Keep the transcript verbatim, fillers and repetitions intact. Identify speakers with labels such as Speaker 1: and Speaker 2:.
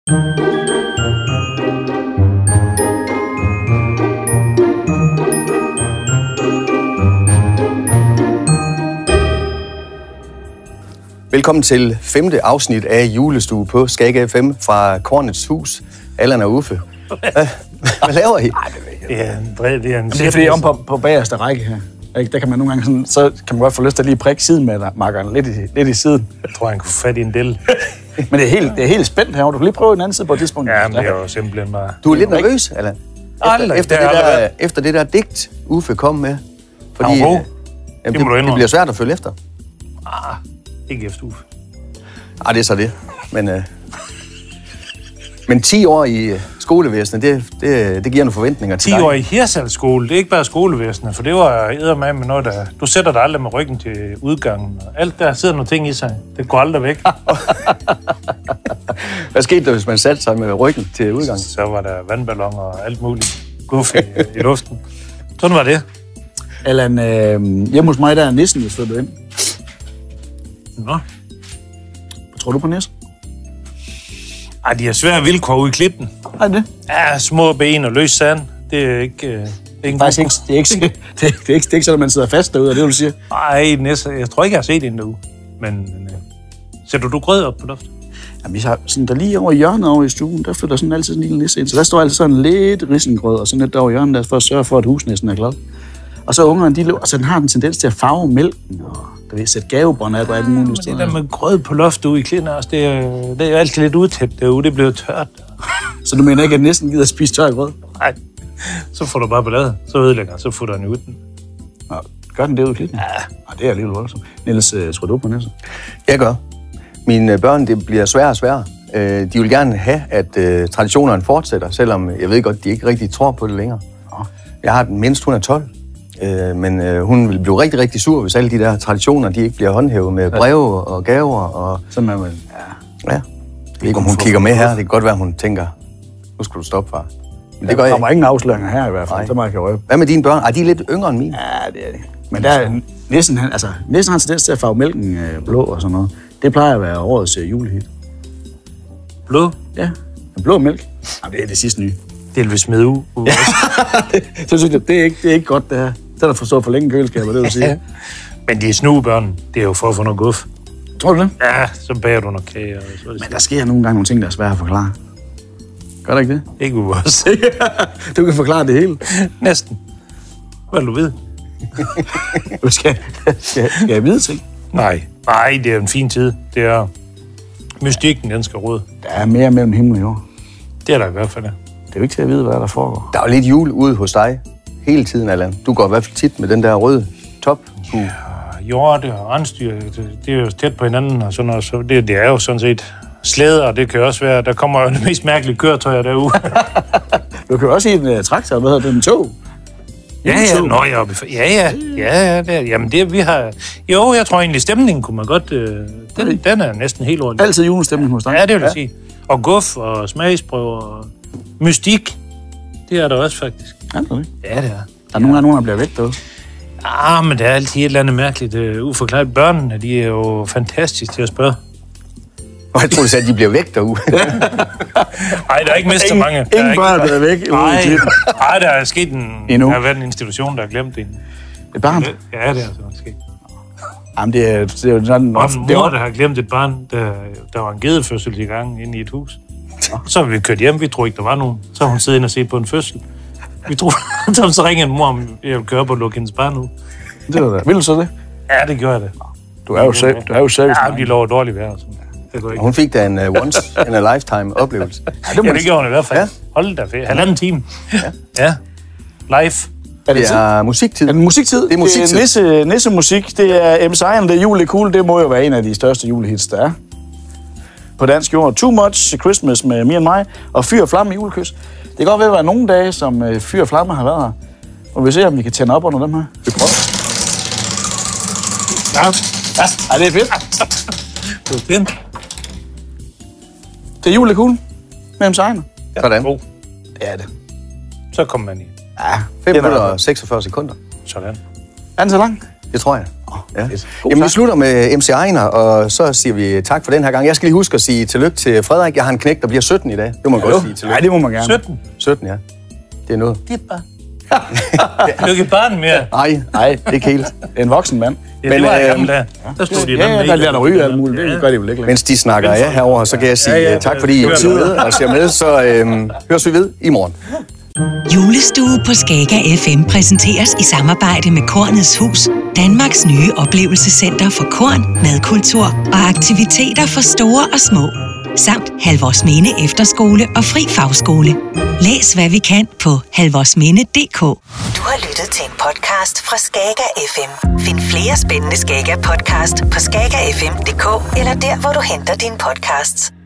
Speaker 1: Velkommen til femte afsnit af Julestue på Skag F M fra Kornets Hus. Allan og Uffe. Hvad, hvad laver I?
Speaker 2: Det er en bred, det er en...
Speaker 3: Det er fordi, om på, på bagerste række her, ikke? Der kan man nogle gange sådan, så kan man godt få lyst til at lige prikke siden med makkeren lidt i, lidt i siden.
Speaker 2: Jeg tror, han kunne få fat i en del.
Speaker 3: Men det er helt, det er helt spændt herovre. Du kan lige prøve den anden side på et tidspunkt.
Speaker 2: Ja, men det er jo simpelthen bare...
Speaker 1: Du er lidt nervøs, Allan. Efter, efter, det der, efter det der digt, Uffe kom med. Fordi,
Speaker 2: jamen,
Speaker 1: jamen, det, det, det bliver svært at følge efter.
Speaker 2: Ah, ikke efter Uffe.
Speaker 1: Ah, det er så det. Men, øh, men ti år i skolevæsenet, det, det, det giver nogle forventninger til dig.
Speaker 2: ti år i Hirtshals skole, det er ikke bare skolevæsenet, for det var eddermame med noget, der... Du sætter dig aldrig med ryggen til udgangen. Alt der sidder nogle ting i sig. Det går aldrig væk.
Speaker 1: Hvad skete der, hvis man satte sig med ryggen til udgangen?
Speaker 2: Så var der vandballoner og alt muligt guf i, i luften. Sådan var det.
Speaker 3: Allan, øh, hjemme hos mig, der er nissen, der flyttede ind.
Speaker 2: Nå.
Speaker 3: Hvad tror du på nissen?
Speaker 2: Ej, de har svære vilkår ude i klippen.
Speaker 3: Nej, det?
Speaker 2: Ja, små ben og løs sand. Det er ikke... Øh, det er ikke
Speaker 3: faktisk ikke, det er ikke, det er, det er, det er ikke, det er ikke sådan, at man sidder fast derude, er det, du siger?
Speaker 2: Nej, næste, jeg tror ikke, jeg har set en derude. Men, men øh, sætter du grød op på loftet?
Speaker 3: Jamen, vi har sådan, der lige over i hjørnet over i stuen, der flytter sådan altid sådan en lille nisse ind. Så der står altid sådan lidt risengrød, og sådan lidt over i hjørnet, der for at sørge for, at husnæsten er glad. Og så ungerne, de løber, og så den har den tendens til at farve mælken, og der vil sætte gavebånd af, og alt muligt.
Speaker 2: Ja, det der med grød på loftet ude i Klint også, det er, det er jo altid lidt udtæt derude, det bliver tørt.
Speaker 3: Så du mener ikke, at næsten gider at spise tør grød?
Speaker 2: Nej, så får du bare ballade, så ødelægger, så får du den ud den.
Speaker 3: Nå, gør den det ude i Klint? Ja. Nå, det er alligevel voldsomt. Niels, tror du på næsten?
Speaker 1: Jeg gør. Mine børn, det bliver sværere og sværere. De vil gerne have, at uh, traditionerne fortsætter, selvom jeg ved godt, de ikke rigtig tror på det længere. Jeg har den mindst, hun er tolv. Uh, men uh, hun vil blive rigtig, rigtig sur, hvis alle de der traditioner, de ikke bliver håndhævet med breve og gaver. Og...
Speaker 3: Så man vil...
Speaker 1: Ja. Jeg ved ikke, om hun kigger med her. Det kan godt være, hun tænker, nu skal du stoppe, far.
Speaker 3: Men det gør jeg. Der kommer ingen afsløringer her i hvert fald. Så meget kan røbe.
Speaker 1: Hvad med dine børn? Er de lidt yngre end mine?
Speaker 3: Ja, det er de. Men der er næsten, han, altså, næsten har en tendens til at farve mælken øh, blå og sådan noget. Det plejer at være årets øh, julehit.
Speaker 2: Blå?
Speaker 3: Ja, en blå mælk. Jamen, det er det sidste nye.
Speaker 2: Det vil vi smide ud.
Speaker 3: Ja. Så synes jeg, det er ikke, det er ikke godt, det her. Så er der forstået for længe køleskab, det vil sige.
Speaker 2: Men de er snugebørn. Det er jo for at få noget guf.
Speaker 3: Tror du det?
Speaker 2: Ja, så bager du noget kage. Og så
Speaker 3: Men der sker nogle gange nogle ting, der er svære at forklare. Gør der ikke det?
Speaker 2: Ikke u os.
Speaker 3: Du kan forklare det hele.
Speaker 2: Næsten. Hvad du ved?
Speaker 3: skal, skal, skal jeg vide ting?
Speaker 2: Nej. Nej, det er en fin tid. Det er mystikken, den skal råde.
Speaker 3: Der er mere mellem himmel og jord.
Speaker 2: Det er der i hvert fald, ja.
Speaker 3: Det er jo ikke til at vide, hvad der foregår.
Speaker 1: Der er jo lidt jul ude hos dig hele tiden, Allan. Du går i hvert fald tit med den der røde top.
Speaker 2: Ja, hjorte og rensdyr, det, det er jo tæt på hinanden, og sådan noget. Så det, det er jo sådan set slæder, og det kan også være, der kommer jo de mest mærkelige køretøjer derude.
Speaker 3: Du kan jo også i en uh, traktor, hvad hedder den, tog?
Speaker 2: Ja, ja, nå, jeg oppe i... Ja, ja, ja, ja, det er, jamen det vi har... Jo, jeg tror egentlig, stemningen kunne man godt... Øh, den, den er næsten helt ordentlig.
Speaker 3: Altid julestemning hos dig?
Speaker 2: Ja, det vil jeg ja. sige. Og guf og smagsprøver og mystik. Det er der også, faktisk.
Speaker 3: Er det det?
Speaker 2: Ja, det er.
Speaker 3: Der er nogle af nogen, der bliver væk derude.
Speaker 2: Ah, men det er altid et eller andet mærkeligt uh, uforklaret. Børnene, de er jo fantastiske til at spørge.
Speaker 1: Og jeg tror, du sagde, at de bliver væk derude.
Speaker 2: Nej, der er ikke mistet mange. Der
Speaker 3: ingen børn, der er væk.
Speaker 2: Nej, nej, der er sket en...
Speaker 3: Endnu.
Speaker 2: Der har været en institution, der har glemt en.
Speaker 3: Et barn?
Speaker 2: Ja, det er altså sket.
Speaker 3: Jamen, det er, det er jo sådan...
Speaker 2: Og en mor, der har glemt et barn, der, der var en gedefødsel i gang inde i et hus. Så har vi kørt hjem, vi tror ikke, der var nogen. Så har hun siddet inde og set på en fødsel. Vi tror, så ringede en mor, om jeg vil køre på at lukke hendes barn ud.
Speaker 3: Det var det. Vil du så det?
Speaker 2: Ja, det gjorde jeg det.
Speaker 3: Du er jo selv. Du er jo selv.
Speaker 2: Ja, de lover dårligt vejr. Det går ikke.
Speaker 1: Hun fik da en uh, once in a lifetime oplevelse.
Speaker 2: Ja, det, ja, det gjorde hun i hvert fald. Ja. Hold da fedt. Halvanden time. Ja. Ja. Live.
Speaker 1: Er det, det er musiktid.
Speaker 3: Er det musiktid?
Speaker 1: Det er musiktid.
Speaker 3: Det er nisse, nissemusik. Det er M. Zion, det er Jul er cool. Det må jo være en af de største julehits, der er. På dansk jord. Too Much Christmas med Me and My. Og Fyr og Flamme julekys. Det kan godt være nogle dage, som Fyr og Flamme har været her. Og vi ser, om vi kan tænde op under dem her. Vi prøver.
Speaker 2: Ja.
Speaker 3: Ja, ej, det er fedt.
Speaker 2: Det er fint.
Speaker 3: Det er Jul er cool. Med M. Zion.
Speaker 1: Ja, sådan.
Speaker 2: God.
Speaker 3: Det er det.
Speaker 2: Så kommer man i.
Speaker 3: Ja,
Speaker 1: fem minutter og seksogfyrre sekunder.
Speaker 2: Sådan.
Speaker 3: Er den så lang?
Speaker 1: Det tror jeg. Ja. Jamen, vi slutter med M C Ejner, og så siger vi tak for den her gang. Jeg skal lige huske at sige tillykke til Frederik. Jeg har en knægt, der bliver sytten i dag. Det må man godt sige tillykke.
Speaker 3: Nej, det må man gerne.
Speaker 2: sytten?
Speaker 1: sytten, ja. Det er noget.
Speaker 2: Det er bare... Du er ikke barn mere.
Speaker 1: Nej,
Speaker 3: Nej,
Speaker 1: ikke helt.
Speaker 3: En voksen mand.
Speaker 2: Ja, det
Speaker 1: Men,
Speaker 2: var i
Speaker 1: øh,
Speaker 2: gamle dage. Der stod de
Speaker 3: Ja, ja, der lærer der ryge alt muligt. Det gør de vel ikke.
Speaker 1: Mens de snakker af herovre, så kan jeg sige
Speaker 2: Ja, ja,
Speaker 1: tak, fordi I
Speaker 2: det var
Speaker 1: tid med og ser med. Så øhm, høres vi ved i morgen.
Speaker 4: Julestue på Skaga F M præsenteres i samarbejde med Kornets Hus, Danmarks nye oplevelsescenter for korn, madkultur og aktiviteter for store og små. Samt Halvorsminde Efterskole og Fri Fagskole. Læs hvad vi kan på halvorsminde punktum d k.
Speaker 5: Du har lyttet til en podcast fra Skaga F M. Find flere spændende Skaga podcast på skaga f m punktum d k eller der, hvor du henter dine podcasts.